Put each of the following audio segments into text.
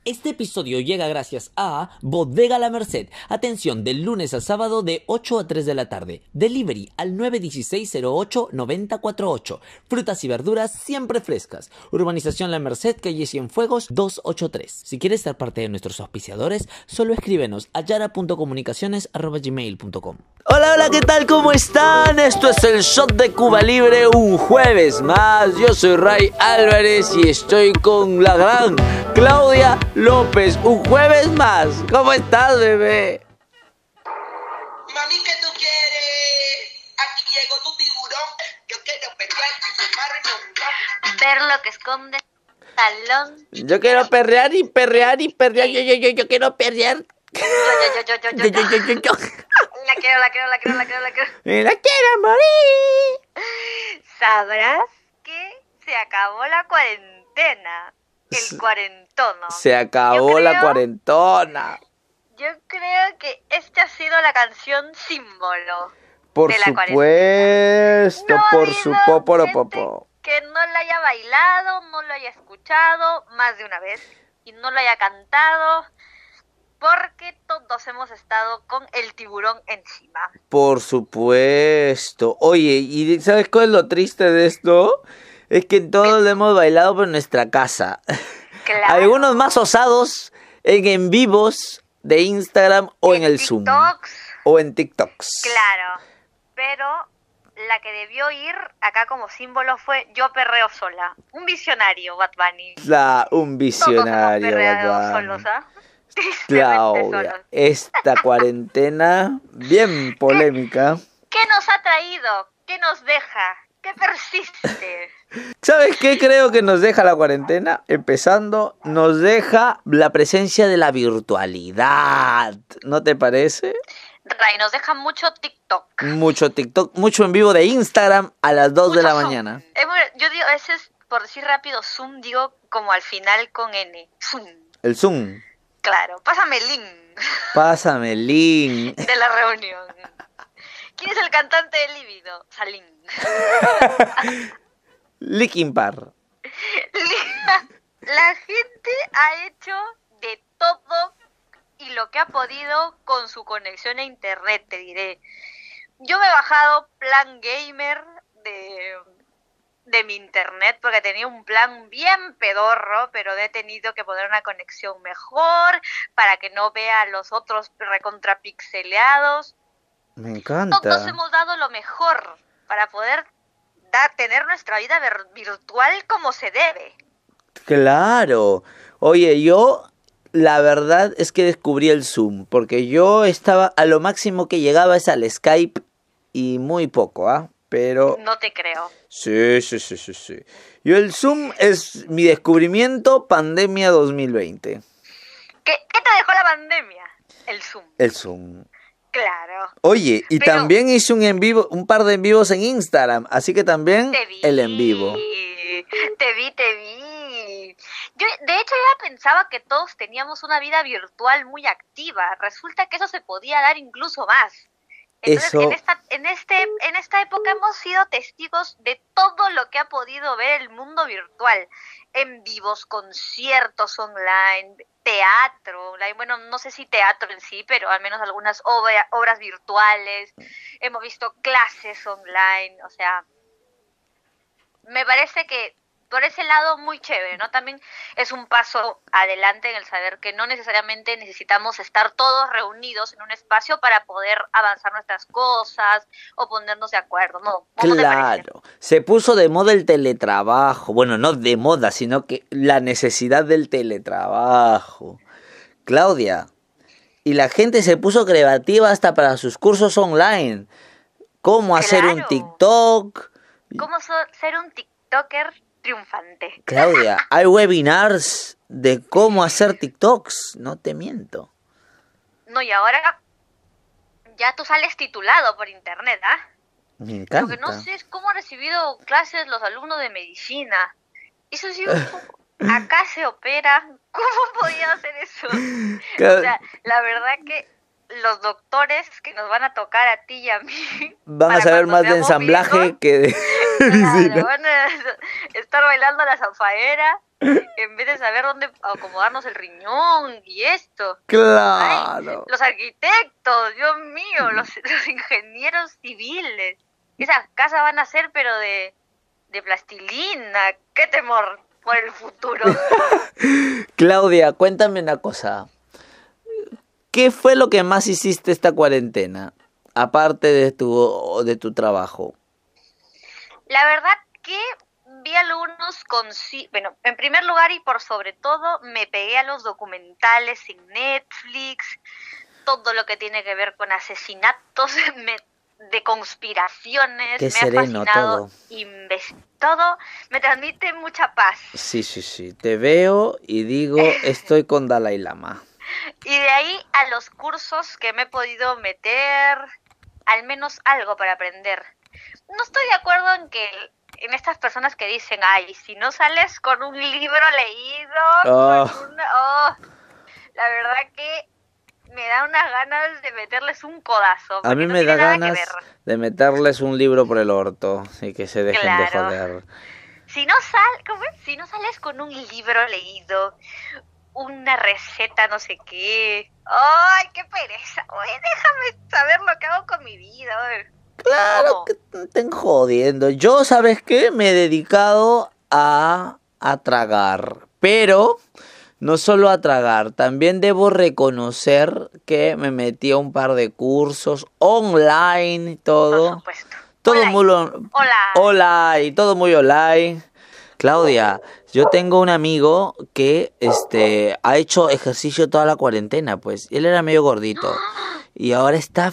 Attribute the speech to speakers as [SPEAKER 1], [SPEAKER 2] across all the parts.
[SPEAKER 1] Este episodio llega gracias a Bodega La Merced. Atención, del lunes a sábado de 8 a 3 de la tarde. Delivery al 916-08-9048. Frutas y verduras siempre frescas. Urbanización La Merced, calle Cienfuegos 283. Si quieres ser parte de nuestros auspiciadores, solo escríbenos a yara.comunicaciones@gmail.com. Hola, ¿qué tal? ¿Cómo están? Esto es el Shot de Cuba Libre, un jueves más. Yo soy Ray Álvarez y estoy con la gran Claudia López. Un jueves más. ¿Cómo estás, bebé?
[SPEAKER 2] Mami, ¿qué tú quieres? Aquí llegó tu tiburón. Yo quiero pelear y fumarme un ron.
[SPEAKER 3] Ver lo que esconde talón.
[SPEAKER 1] Yo quiero perrear y perrear y perrear. Yo quiero perrear.
[SPEAKER 3] Yo.
[SPEAKER 1] Yo.
[SPEAKER 3] La quiero.
[SPEAKER 1] Me la quiero morir.
[SPEAKER 3] ¿Sabrás que se acabó la cuarentena? El cuarentono.
[SPEAKER 1] Se acabó la cuarentona.
[SPEAKER 3] Yo creo que esta ha sido la canción símbolo
[SPEAKER 1] Por
[SPEAKER 3] de la
[SPEAKER 1] supuesto,
[SPEAKER 3] No ha
[SPEAKER 1] por
[SPEAKER 3] habido
[SPEAKER 1] su poporo
[SPEAKER 3] gente
[SPEAKER 1] popo.
[SPEAKER 3] que no la haya bailado, no lo haya escuchado más de una vez y no lo haya cantado, porque todos hemos estado con el tiburón encima.
[SPEAKER 1] Por supuesto. Oye, ¿y sabes cuál es lo triste de esto? Es que todos lo hemos bailado por nuestra casa.
[SPEAKER 3] Claro.
[SPEAKER 1] Algunos más osados en vivos de Instagram o en el Zoom.
[SPEAKER 3] TikToks.
[SPEAKER 1] O en TikToks.
[SPEAKER 3] Claro, pero la que debió ir acá como símbolo fue Yo perreo sola. Un visionario, Bad Bunny.
[SPEAKER 1] Un
[SPEAKER 3] Todos hemos
[SPEAKER 1] visionario,
[SPEAKER 3] perreado
[SPEAKER 1] Bad Bunny.
[SPEAKER 3] solos, ¿ah? Tristemente
[SPEAKER 1] Claudia,
[SPEAKER 3] solos.
[SPEAKER 1] esta cuarentena bien polémica.
[SPEAKER 3] ¿Qué nos ha traído? ¿Qué nos deja? ¿Qué persiste?
[SPEAKER 1] ¿Sabes qué creo que nos deja la cuarentena? Empezando, nos deja la presencia de la virtualidad. ¿No te parece?
[SPEAKER 3] Ray, nos deja mucho TikTok.
[SPEAKER 1] Mucho TikTok, mucho en vivo de Instagram a las 2 de
[SPEAKER 3] Mucho
[SPEAKER 1] la
[SPEAKER 3] Zoom.
[SPEAKER 1] mañana.
[SPEAKER 3] Yo digo, a veces, por decir rápido, Zoom, digo como al final con N. Zoom.
[SPEAKER 1] El Zoom.
[SPEAKER 3] Claro, pásame el link
[SPEAKER 1] Pásame el link.
[SPEAKER 3] de la reunión. ¿Quién es el cantante de Líbido? Salín.
[SPEAKER 1] Linkin Park.
[SPEAKER 3] La gente ha hecho de todo y lo que ha podido con su conexión a internet, te diré. Yo me he bajado plan gamer de mi internet porque tenía un plan bien pedorro, pero he tenido que poner una conexión mejor para que no vea a los otros recontrapixeleados.
[SPEAKER 1] Me encanta.
[SPEAKER 3] Todos hemos dado lo mejor para poder tener nuestra vida virtual como se debe.
[SPEAKER 1] Claro. Oye, yo la verdad es que descubrí el Zoom, porque yo estaba, a lo máximo que llegaba es al Skype y muy poco, ¿ah? Pero
[SPEAKER 3] No te creo.
[SPEAKER 1] sí. Yo el Zoom es mi descubrimiento pandemia 2020.
[SPEAKER 3] ¿Qué te dejó la pandemia? El Zoom.
[SPEAKER 1] El Zoom.
[SPEAKER 3] Claro.
[SPEAKER 1] Oye, y
[SPEAKER 3] Pero-
[SPEAKER 1] también hice un par de en vivos en Instagram, así que también
[SPEAKER 3] Te vi.
[SPEAKER 1] el en vivo.
[SPEAKER 3] Te vi. Yo, de hecho, ya pensaba que todos teníamos una vida virtual muy activa. Resulta que eso se podía dar incluso más. Entonces,
[SPEAKER 1] Eso-
[SPEAKER 3] en esta época hemos sido testigos de todo lo que ha podido ver el mundo virtual. En vivos, conciertos online, teatro online. Bueno, no sé si teatro en sí, pero al menos algunas obras virtuales. Hemos visto clases online. O sea, me parece que por ese lado muy chévere, ¿no? También es un paso adelante en el saber que no necesariamente necesitamos estar todos reunidos en un espacio para poder avanzar nuestras cosas o ponernos de acuerdo, ¿no? ¿Cómo te parece?
[SPEAKER 1] Claro, se puso de moda el teletrabajo. Bueno, no de moda, sino que la necesidad del teletrabajo. Claudia, y la gente se puso creativa hasta para sus cursos online. ¿Cómo hacer un
[SPEAKER 3] Claro.
[SPEAKER 1] TikTok?
[SPEAKER 3] ¿Cómo ser un TikToker triunfante?
[SPEAKER 1] Claudia, hay webinars de cómo hacer TikToks, no te miento.
[SPEAKER 3] No, y ahora ya tú sales titulado por internet, ¿ah?
[SPEAKER 1] Me
[SPEAKER 3] Lo
[SPEAKER 1] encanta.
[SPEAKER 3] que no sé es cómo han recibido clases los alumnos de medicina. Eso sí, acá se opera. ¿Cómo podía hacer eso? O sea, la verdad que los doctores que nos van a tocar a ti y a mí.
[SPEAKER 1] Van a
[SPEAKER 3] para
[SPEAKER 1] saber
[SPEAKER 3] cuando
[SPEAKER 1] más de
[SPEAKER 3] seamos
[SPEAKER 1] ensamblaje
[SPEAKER 3] viejos.
[SPEAKER 1] que de
[SPEAKER 3] Claro,
[SPEAKER 1] medicina.
[SPEAKER 3] van a estar bailando la zafaera en vez de saber dónde acomodarnos el riñón y esto.
[SPEAKER 1] Claro.
[SPEAKER 3] Los arquitectos, Dios mío, los ingenieros civiles. Esas casas van a ser pero de plastilina. Qué temor por el futuro.
[SPEAKER 1] Claudia, cuéntame una cosa. ¿Qué fue lo que más hiciste esta cuarentena? Aparte de tu trabajo.
[SPEAKER 3] La verdad que vi algunos bueno, en primer lugar y por sobre todo me pegué a los documentales en Netflix, todo lo que tiene que ver con asesinatos, de conspiraciones,
[SPEAKER 1] Qué
[SPEAKER 3] me ha
[SPEAKER 1] sereno
[SPEAKER 3] fascinado
[SPEAKER 1] todo.
[SPEAKER 3] todo, me transmite mucha paz.
[SPEAKER 1] Sí. Te veo y digo, estoy con Dalai Lama.
[SPEAKER 3] Y de ahí a los cursos que me he podido meter, al menos algo para aprender. No estoy de acuerdo en estas personas que dicen, ay, si no sales con un libro leído,
[SPEAKER 1] Oh.
[SPEAKER 3] la verdad que me da unas ganas de meterles un codazo,
[SPEAKER 1] A
[SPEAKER 3] porque
[SPEAKER 1] mí
[SPEAKER 3] no
[SPEAKER 1] me
[SPEAKER 3] tiene
[SPEAKER 1] da
[SPEAKER 3] nada
[SPEAKER 1] ganas
[SPEAKER 3] que ver.
[SPEAKER 1] de meterles un libro por el orto y que se dejen de
[SPEAKER 3] Claro.
[SPEAKER 1] joder.
[SPEAKER 3] Si no sales con un libro leído, una receta no sé qué, ay, qué pereza, oye, déjame saber lo que hago con mi vida, a ver.
[SPEAKER 1] Claro
[SPEAKER 3] ¿Cómo?
[SPEAKER 1] que te estén jodiendo. Yo, ¿sabes qué? Me he dedicado a tragar. Pero no solo a tragar, también debo reconocer que me metí a un par de cursos online,
[SPEAKER 3] Por
[SPEAKER 1] todo.
[SPEAKER 3] supuesto.
[SPEAKER 1] Todo
[SPEAKER 3] Hola.
[SPEAKER 1] muy
[SPEAKER 3] Hola.
[SPEAKER 1] online, todo muy online. Claudia, yo tengo un amigo que ha hecho ejercicio toda la cuarentena, pues. Él era medio gordito. Y ahora está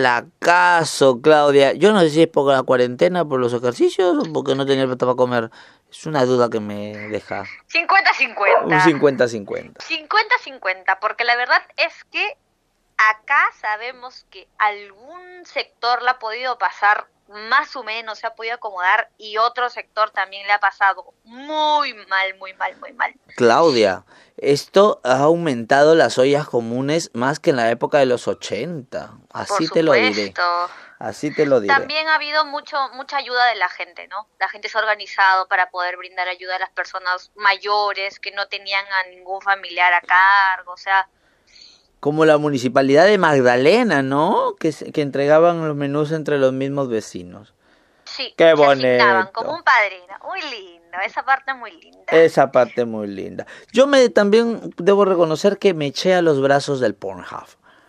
[SPEAKER 1] flacazo, Claudia. Yo no sé si es por la cuarentena, por los ejercicios o porque no tenía plata para comer. Es una duda que me deja.
[SPEAKER 3] 50-50.
[SPEAKER 1] Un 50-50.
[SPEAKER 3] 50-50, porque la verdad es que acá sabemos que algún sector le ha podido pasar más o menos, se ha podido acomodar y otro sector también le ha pasado muy mal, muy mal, muy mal.
[SPEAKER 1] Claudia, esto ha aumentado las ollas comunes más que en la época de los 80. Así
[SPEAKER 3] Por
[SPEAKER 1] te lo diré.
[SPEAKER 3] supuesto.
[SPEAKER 1] Así te lo diré.
[SPEAKER 3] También ha habido mucha ayuda de la gente, ¿no? La gente se ha organizado para poder brindar ayuda a las personas mayores que no tenían a ningún familiar a cargo, o sea,
[SPEAKER 1] Como la municipalidad de Magdalena, ¿no? Que entregaban los menús entre los mismos vecinos.
[SPEAKER 3] sí,
[SPEAKER 1] ¡Qué
[SPEAKER 3] se asignaban
[SPEAKER 1] bonito!
[SPEAKER 3] como un padrino. Muy lindo, esa parte muy linda.
[SPEAKER 1] Esa parte muy linda. También debo reconocer que me eché a los brazos del Pornhub.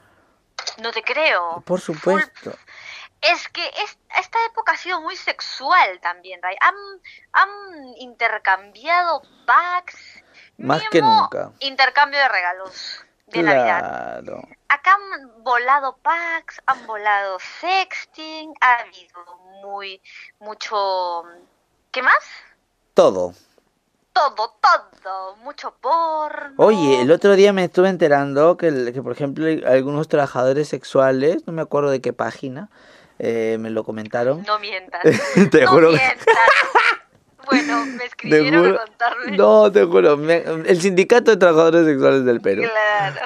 [SPEAKER 3] No te creo.
[SPEAKER 1] Por supuesto.
[SPEAKER 3] Es que esta época ha sido muy sexual también, Ray. Han intercambiado packs.
[SPEAKER 1] Más que
[SPEAKER 3] mínimo
[SPEAKER 1] nunca.
[SPEAKER 3] Intercambio de regalos de Navidad.
[SPEAKER 1] Claro.
[SPEAKER 3] Acá han volado packs, han volado sexting, ha habido mucho... ¿Qué más?
[SPEAKER 1] Todo.
[SPEAKER 3] Todo, mucho porno.
[SPEAKER 1] Oye, el otro día me estuve enterando que por ejemplo, algunos trabajadores sexuales, no me acuerdo de qué página, me lo comentaron.
[SPEAKER 3] No mientas.
[SPEAKER 1] Te
[SPEAKER 3] no
[SPEAKER 1] juro.
[SPEAKER 3] mientas. Bueno, me
[SPEAKER 1] Te
[SPEAKER 3] escribieron
[SPEAKER 1] juro.
[SPEAKER 3] a contarme.
[SPEAKER 1] No, te juro. El Sindicato de Trabajadores Sexuales del Perú.
[SPEAKER 3] Claro.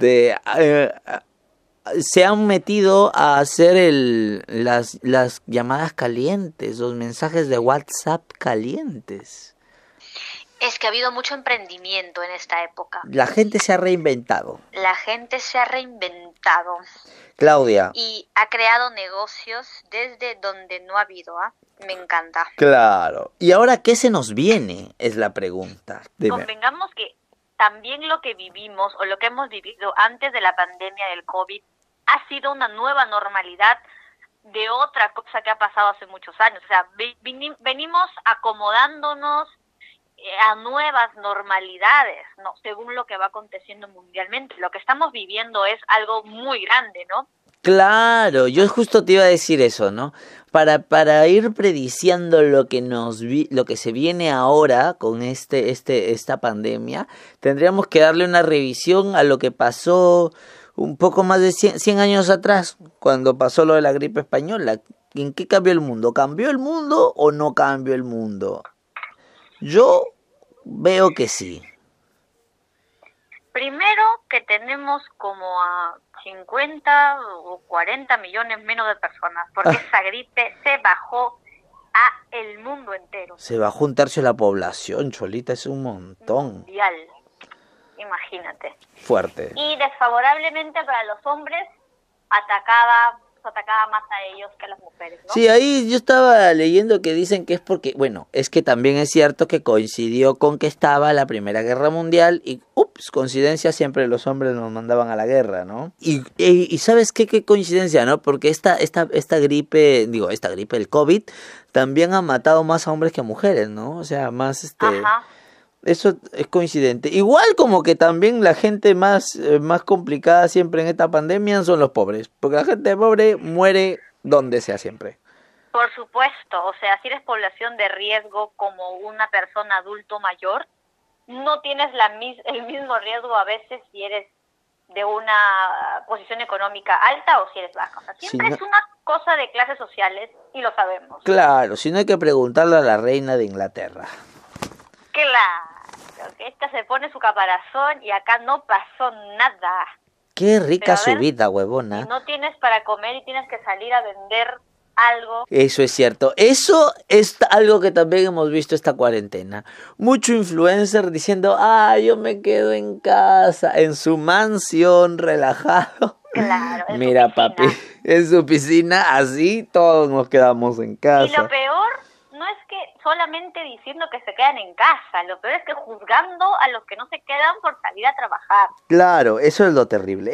[SPEAKER 1] Se han metido a hacer las llamadas calientes, los mensajes de WhatsApp calientes.
[SPEAKER 3] Es que ha habido mucho emprendimiento en esta época.
[SPEAKER 1] La gente se ha reinventado.
[SPEAKER 3] La gente se ha reinventado
[SPEAKER 1] Claudia.
[SPEAKER 3] y ha creado negocios desde donde no ha habido, ¿ah? Me encanta.
[SPEAKER 1] Claro. ¿Y ahora qué se nos viene? Es la pregunta. Dime.
[SPEAKER 3] Convengamos que también lo que vivimos o lo que hemos vivido antes de la pandemia del COVID ha sido una nueva normalidad de otra cosa que ha pasado hace muchos años. O sea, venimos acomodándonos a nuevas normalidades, ¿no? Según lo que va aconteciendo mundialmente. Lo que estamos viviendo es algo muy grande, ¿no?
[SPEAKER 1] Claro, yo justo te iba a decir eso, ¿no? Para ir prediciendo lo que se viene ahora con esta pandemia, tendríamos que darle una revisión a lo que pasó un poco más de 100 años atrás, cuando pasó lo de la gripe española. ¿En qué cambió el mundo? ¿Cambió el mundo o no cambió el mundo? Yo veo que sí.
[SPEAKER 3] Primero que tenemos como a 50 o 40 millones menos de personas, porque esa gripe se bajó a el mundo entero.
[SPEAKER 1] Se bajó 1/3 de la población, Cholita, es un montón.
[SPEAKER 3] Mundial, imagínate.
[SPEAKER 1] Fuerte.
[SPEAKER 3] Y desfavorablemente para los hombres, atacaba más a ellos que a las mujeres, ¿no?
[SPEAKER 1] Sí, ahí yo estaba leyendo que dicen que es porque, bueno, es que también es cierto que coincidió con que estaba la Primera Guerra Mundial y, coincidencia, siempre los hombres nos mandaban a la guerra, ¿no? Y ¿sabes qué coincidencia, no? Porque esta gripe, el COVID, también ha matado más a hombres que a mujeres, ¿no? O sea, más
[SPEAKER 3] Ajá.
[SPEAKER 1] Eso es coincidente. Igual como que también la gente más complicada siempre en esta pandemia son los pobres. Porque la gente pobre muere donde sea siempre.
[SPEAKER 3] Por supuesto, o sea, si eres población de riesgo como una persona adulto mayor, no tienes el mismo riesgo a veces si eres de una posición económica alta o si eres baja. O sea, siempre es una cosa de clases sociales y lo sabemos.
[SPEAKER 1] Claro, si no hay que preguntarle a la reina de Inglaterra.
[SPEAKER 3] Claro, que esta se pone su caparazón y acá no pasó nada.
[SPEAKER 1] Qué rica su vida, huevona.
[SPEAKER 3] Si no tienes para comer y tienes que salir a vender algo.
[SPEAKER 1] Eso es cierto. Eso es algo que también hemos visto esta cuarentena. Mucho influencer diciendo, yo me quedo en casa, en su mansión, relajado.
[SPEAKER 3] Claro,
[SPEAKER 1] mira, papi, en su piscina, así todos nos quedamos en casa.
[SPEAKER 3] Y lo peor no es que solamente diciendo que se quedan en casa, lo peor es que juzgando a los que no se quedan por salir a trabajar.
[SPEAKER 1] Claro, eso es lo terrible,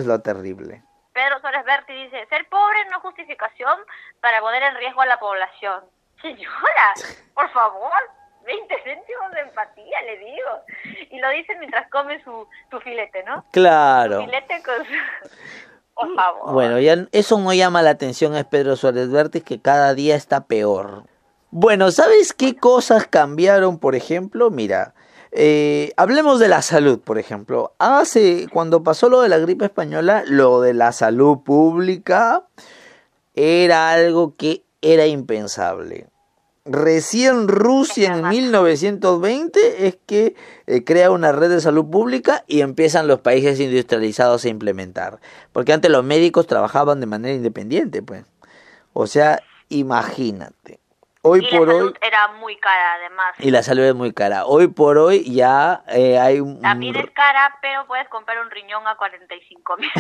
[SPEAKER 1] Pedro
[SPEAKER 3] Suárez Vértiz dice, ser pobre no es justificación para poner en riesgo a la población. Señora, por favor, 20 céntimos de empatía, le digo. Y lo dice mientras come su filete, ¿no?
[SPEAKER 1] Claro.
[SPEAKER 3] Su filete con su... Por favor.
[SPEAKER 1] Bueno, ya eso no llama la atención, es Pedro Suárez Vértiz, que cada día está peor. Bueno, ¿sabes qué cosas cambiaron, por ejemplo? Mira, hablemos de la salud, por ejemplo. Cuando pasó lo de la gripe española, lo de la salud pública era algo que era impensable. Recién Rusia en 1920 es que crea una red de salud pública y empiezan los países industrializados a implementar. Porque antes los médicos trabajaban de manera independiente, pues. O sea, imagínate. Hoy por hoy...
[SPEAKER 3] la salud era muy cara, además.
[SPEAKER 1] Y la salud es muy cara. Hoy por hoy ya hay un...
[SPEAKER 3] También es cara, pero puedes comprar un riñón a 45,000.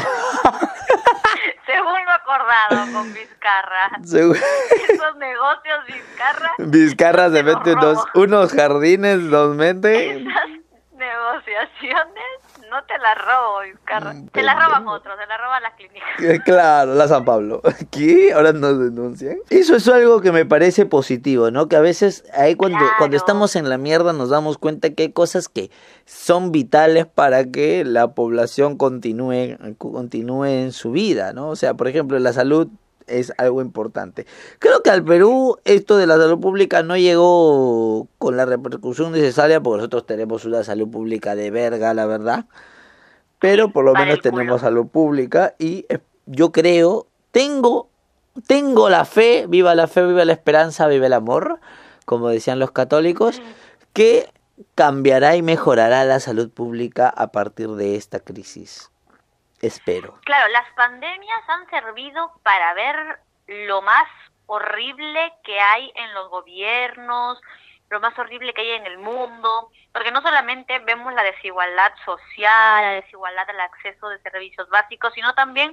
[SPEAKER 3] Según lo acordado con Vizcarra. Esos negocios Vizcarra.
[SPEAKER 1] Vizcarra se mete unos jardines, los mete...
[SPEAKER 3] Esas negociaciones no te las robo, Vizcarra. Te las roban otros, te las roban las clínicas.
[SPEAKER 1] Claro, la San Pablo. ¿Qué? ¿Ahora nos denuncian? Eso es algo que me parece positivo, ¿no? Que a veces ahí cuando estamos en la mierda nos damos cuenta que hay cosas que son vitales para que la población continúe en su vida, ¿no? O sea, por ejemplo, la salud es algo importante. Creo que al Perú esto de la salud pública no llegó con la repercusión necesaria porque nosotros tenemos una salud pública de verga, la verdad. Pero por lo menos tenemos salud pública y yo creo, tengo la fe, viva la esperanza, viva el amor, como decían los católicos, que cambiará y mejorará la salud pública a partir de esta crisis. Espero.
[SPEAKER 3] Claro, las pandemias han servido para ver lo más horrible que hay en los gobiernos, lo más horrible que hay en el mundo, porque no solamente vemos la desigualdad social, la desigualdad del acceso de servicios básicos, sino también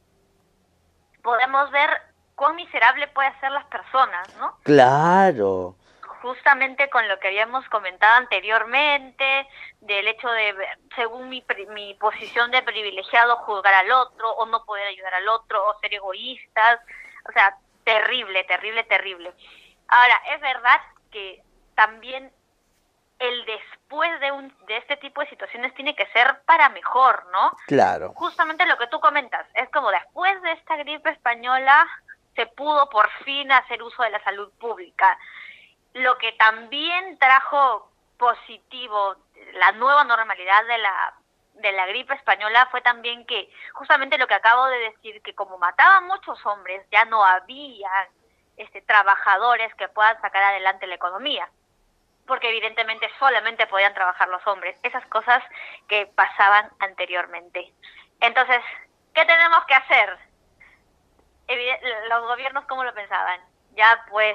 [SPEAKER 3] podemos ver cuán miserable pueden ser las personas, ¿no?
[SPEAKER 1] Claro.
[SPEAKER 3] Justamente con lo que habíamos comentado anteriormente, del hecho de, según mi posición de privilegiado, juzgar al otro, o no poder ayudar al otro, o ser egoístas, o sea, terrible. Ahora, es verdad que también el después de este tipo de situaciones tiene que ser para mejor, ¿no?
[SPEAKER 1] Claro.
[SPEAKER 3] Justamente lo que tú comentas, es como después de esta gripe española se pudo por fin hacer uso de la salud pública. Lo que también trajo positivo la nueva normalidad de la gripe española fue también que justamente lo que acabo de decir, que como mataban muchos hombres, ya no había trabajadores que puedan sacar adelante la economía, porque evidentemente solamente podían trabajar los hombres, esas cosas que pasaban anteriormente. Entonces, ¿qué tenemos que hacer? Los gobiernos, ¿cómo lo pensaban? Ya pues,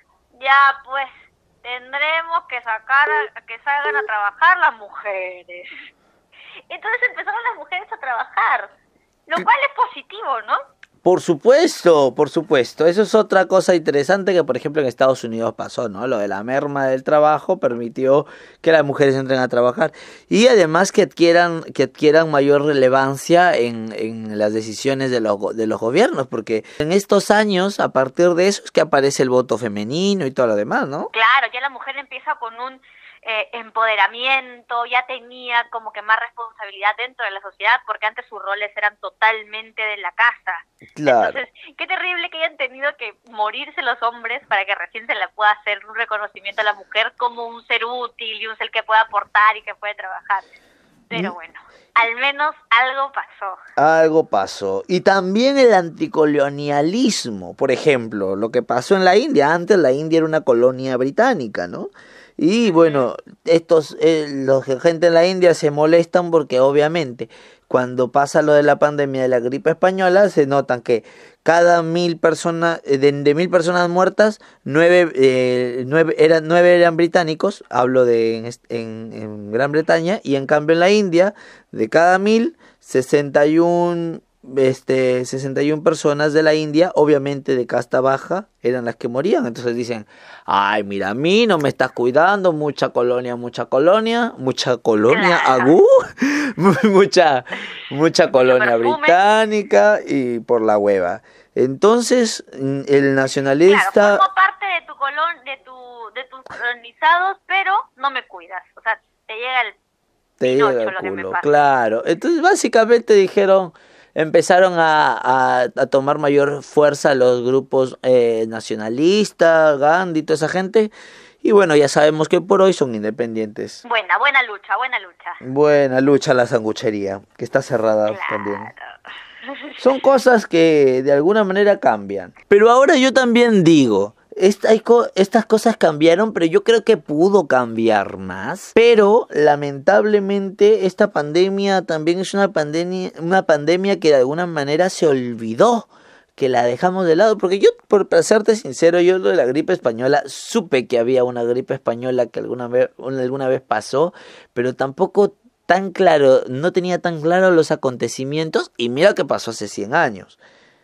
[SPEAKER 3] tendremos que que salgan a trabajar las mujeres. Entonces empezaron las mujeres a trabajar, lo cual es positivo, ¿no?
[SPEAKER 1] Por supuesto, por supuesto. Eso es otra cosa interesante que, por ejemplo, en Estados Unidos pasó, ¿no? Lo de la merma del trabajo permitió que las mujeres entren a trabajar y además que adquieran mayor relevancia en las decisiones de los gobiernos, porque en estos años, a partir de eso, es que aparece el voto femenino y todo lo demás, ¿no?
[SPEAKER 3] Claro, ya la mujer empieza con un empoderamiento, ya tenía como que más responsabilidad dentro de la sociedad, porque antes sus roles eran totalmente de la casa.
[SPEAKER 1] Claro.
[SPEAKER 3] Entonces, qué terrible que hayan tenido que morirse los hombres para que recién se le pueda hacer un reconocimiento a la mujer como un ser útil y un ser que pueda aportar y que puede trabajar. Pero bueno, al menos algo pasó.
[SPEAKER 1] Algo pasó. Y también el anticolonialismo, por ejemplo, lo que pasó en la India. Antes la India era una colonia británica, ¿no? Y bueno, los gente en la India se molestan porque obviamente cuando pasa lo de la pandemia de la gripe española se notan que cada 1.000 personas, de 1.000 personas muertas, 9 eran británicos, hablo en Gran Bretaña, y en cambio en la India, de cada 1.000, 61 personas de la India, obviamente de casta baja, eran las que morían. Entonces dicen, ay, mira, a mí no me estás cuidando, mucha colonia,
[SPEAKER 3] claro.
[SPEAKER 1] agú, mucha colonia
[SPEAKER 3] perfume.
[SPEAKER 1] británica y por la hueva. Entonces, el nacionalista...
[SPEAKER 3] Claro, formo parte de tus colonizados, pero no me cuidas. O sea, te llega el
[SPEAKER 1] el culo, claro. Entonces, básicamente empezaron a tomar mayor fuerza los grupos nacionalistas, Gandhi, toda esa gente. Y bueno, ya sabemos que por hoy son independientes.
[SPEAKER 3] Buena lucha.
[SPEAKER 1] Buena lucha la sanguchería, que está cerrada
[SPEAKER 3] Claro.
[SPEAKER 1] también. Son cosas que de alguna manera cambian. Pero ahora yo también digo, estas cosas cambiaron, pero yo creo que pudo cambiar más. Pero lamentablemente esta pandemia también es una pandemia que de alguna manera se olvidó, que la dejamos de lado. Porque yo, para serte sincero, yo lo de la gripe española, supe que había una gripe española que alguna vez pasó, pero tampoco tan claro, no tenía tan claro los acontecimientos, y mira que pasó hace 100 años.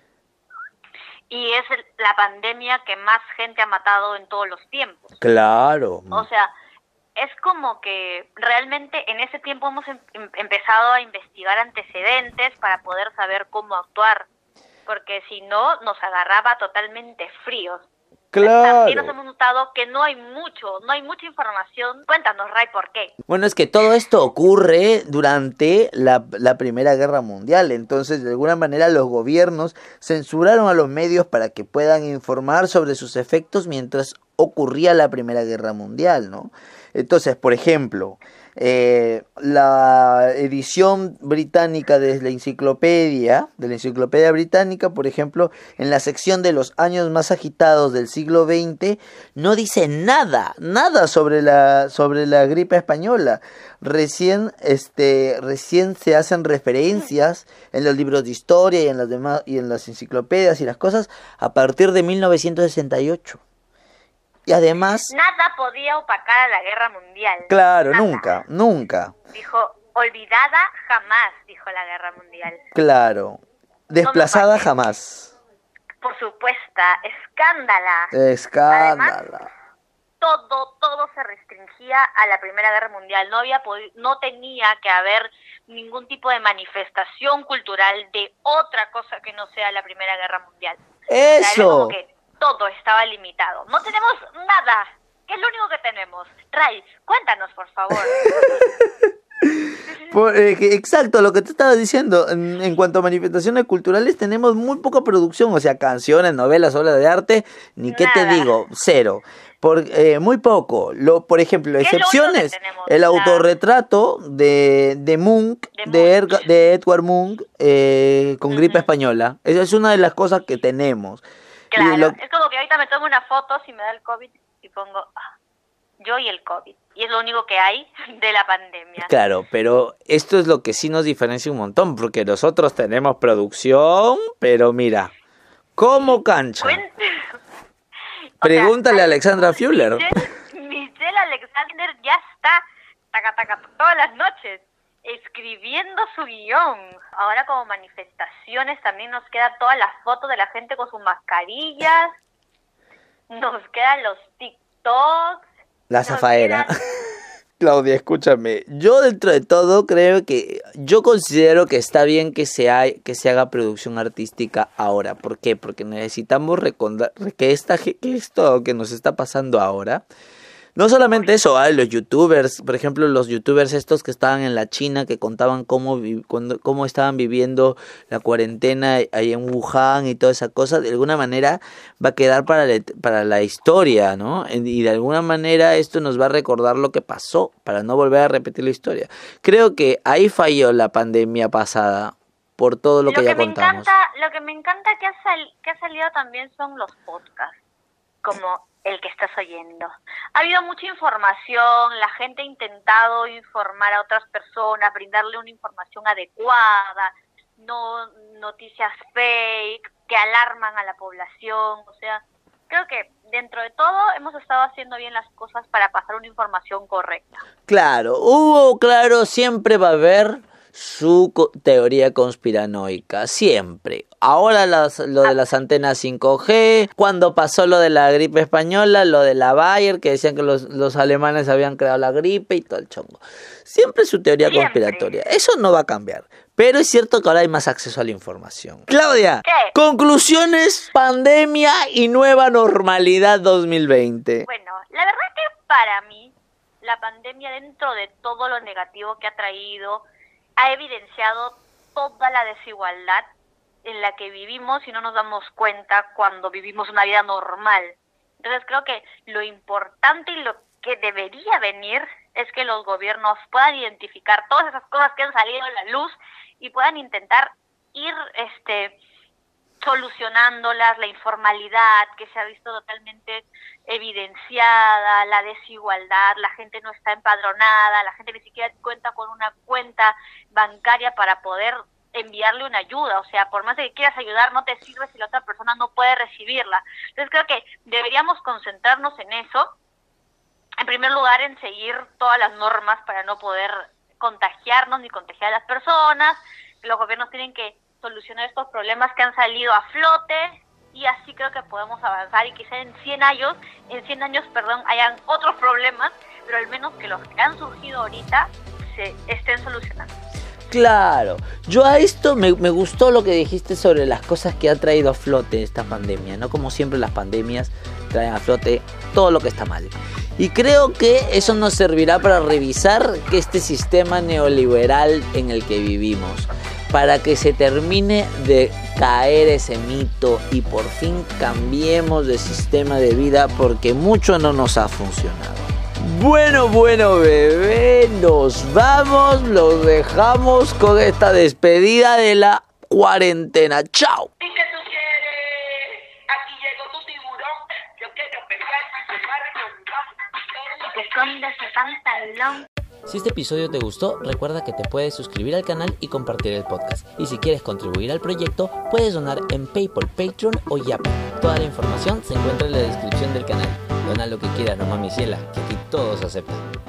[SPEAKER 3] Y es la pandemia que más gente ha matado en todos los tiempos.
[SPEAKER 1] Claro.
[SPEAKER 3] O sea, es como que realmente en ese tiempo hemos empezado a investigar antecedentes para poder saber cómo actuar, porque si no nos agarraba totalmente fríos.
[SPEAKER 1] Claro.
[SPEAKER 3] También nos hemos notado que no hay mucha información. Cuéntanos, Ray, ¿por qué?
[SPEAKER 1] Bueno, es que todo esto ocurre durante la Primera Guerra Mundial. Entonces, de alguna manera, los gobiernos censuraron a los medios para que puedan informar sobre sus efectos mientras ocurría la Primera Guerra Mundial, ¿no? Entonces, por ejemplo, la edición británica de la enciclopedia británica, por ejemplo, en la sección de los años más agitados del siglo XX, no dice nada sobre la gripe española. Recién se hacen referencias en los libros de historia y en las enciclopedias y las cosas a partir de 1968. Y además...
[SPEAKER 3] Nada podía opacar a la guerra mundial.
[SPEAKER 1] Claro,
[SPEAKER 3] nada.
[SPEAKER 1] nunca.
[SPEAKER 3] Dijo, olvidada jamás, dijo la guerra mundial.
[SPEAKER 1] Claro, desplazada jamás.
[SPEAKER 3] Por supuesto, escándala.
[SPEAKER 1] Escándala.
[SPEAKER 3] Todo se restringía a la Primera Guerra Mundial. No tenía que haber ningún tipo de manifestación cultural de otra cosa que no sea la Primera Guerra Mundial.
[SPEAKER 1] Eso.
[SPEAKER 3] O sea, era como que todo estaba limitado. No tenemos nada. ¿Qué es lo único que tenemos? Ray, cuéntanos, por favor.
[SPEAKER 1] Exacto, lo que te estaba diciendo. En cuanto a manifestaciones culturales, tenemos muy poca producción. O sea, canciones, novelas, obras de arte. Ni qué te digo, cero. Muy poco. Por ejemplo, excepciones. El autorretrato de Munch, de Edward Munch, con gripe española. Esa es una de las cosas que tenemos.
[SPEAKER 3] Claro, es como que ahorita me tomo una foto si me da el COVID y pongo yo y el COVID. y es lo único que hay de la pandemia.
[SPEAKER 1] Claro, pero esto es lo que sí nos diferencia un montón, porque nosotros tenemos producción, pero mira, como cancha. Pregúntale a Alexandra Fuller.
[SPEAKER 3] Michelle Alexander ya está, todas las noches, escribiendo su guión. Ahora como manifestaciones también nos queda todas las fotos de la gente con sus mascarillas, nos quedan los TikToks.
[SPEAKER 1] La zafaera. Claudia, escúchame. Yo dentro de todo yo considero que está bien que se haga producción artística ahora. ¿Por qué? Porque necesitamos recordar que esto que nos está pasando ahora. No solamente eso, los youtubers, por ejemplo, los youtubers estos que estaban en la China, que contaban cómo estaban viviendo la cuarentena ahí en Wuhan y toda esa cosa, de alguna manera va a quedar para la historia, ¿no? Y de alguna manera esto nos va a recordar lo que pasó, para no volver a repetir la historia. Creo que ahí falló la pandemia pasada, por todo lo que ya contamos.
[SPEAKER 3] Lo que me encanta que ha salido también son los podcasts, como el que estás oyendo. Ha habido mucha información, la gente ha intentado informar a otras personas, brindarle una información adecuada, no noticias fake que alarman a la población. O sea, creo que dentro de todo hemos estado haciendo bien las cosas para pasar una información correcta. Claro,
[SPEAKER 1] siempre va a haber su teoría conspiranoica, siempre. Ahora lo de las antenas 5G, cuando pasó lo de la gripe española, lo de la Bayer, que decían que los alemanes habían creado la gripe y todo el chongo. Siempre su teoría conspiratoria. Eso no va a cambiar. Pero es cierto que ahora hay más acceso a la información. Claudia,
[SPEAKER 3] ¿qué?
[SPEAKER 1] Conclusiones, pandemia y nueva normalidad 2020.
[SPEAKER 3] Bueno, la verdad que para mí, la pandemia, dentro de todo lo negativo que ha traído, ha evidenciado toda la desigualdad en la que vivimos y no nos damos cuenta cuando vivimos una vida normal. Entonces creo que lo importante y lo que debería venir es que los gobiernos puedan identificar todas esas cosas que han salido a la luz y puedan intentar ir solucionándolas, la informalidad que se ha visto totalmente evidenciada, la desigualdad, la gente no está empadronada, la gente ni siquiera cuenta con una cuenta bancaria para poder enviarle una ayuda. O sea, por más que quieras ayudar, no te sirve si la otra persona no puede recibirla. Entonces creo que deberíamos concentrarnos en eso. En primer lugar, en seguir todas las normas para no poder contagiarnos ni contagiar a las personas. Los gobiernos tienen que solucionar estos problemas que han salido a flote y así creo que podemos avanzar y quizá en 100 años, hayan otros problemas, pero al menos que los que han surgido ahorita se estén solucionando.
[SPEAKER 1] Claro, yo a esto me gustó lo que dijiste sobre las cosas que ha traído a flote esta pandemia, ¿no? Como siempre las pandemias traen a flote todo lo que está mal. Y creo que eso nos servirá para revisar que este sistema neoliberal en el que vivimos, para que se termine de caer ese mito y por fin cambiemos de sistema de vida porque mucho no nos ha funcionado. Bueno, bebé, nos vamos, los dejamos con esta despedida de la cuarentena. ¡Chao!
[SPEAKER 2] ¿Y qué tú quieres? Aquí llegó tu tiburón. Yo quiero pescar y se
[SPEAKER 3] Que esconde ese pantalón.
[SPEAKER 1] Si este episodio te gustó, recuerda que te puedes suscribir al canal y compartir el podcast. Y si quieres contribuir al proyecto, puedes donar en PayPal, Patreon o Yape. Toda la información se encuentra en la descripción del canal. Dona lo que quieras, no mami ciela, que aquí todos aceptan.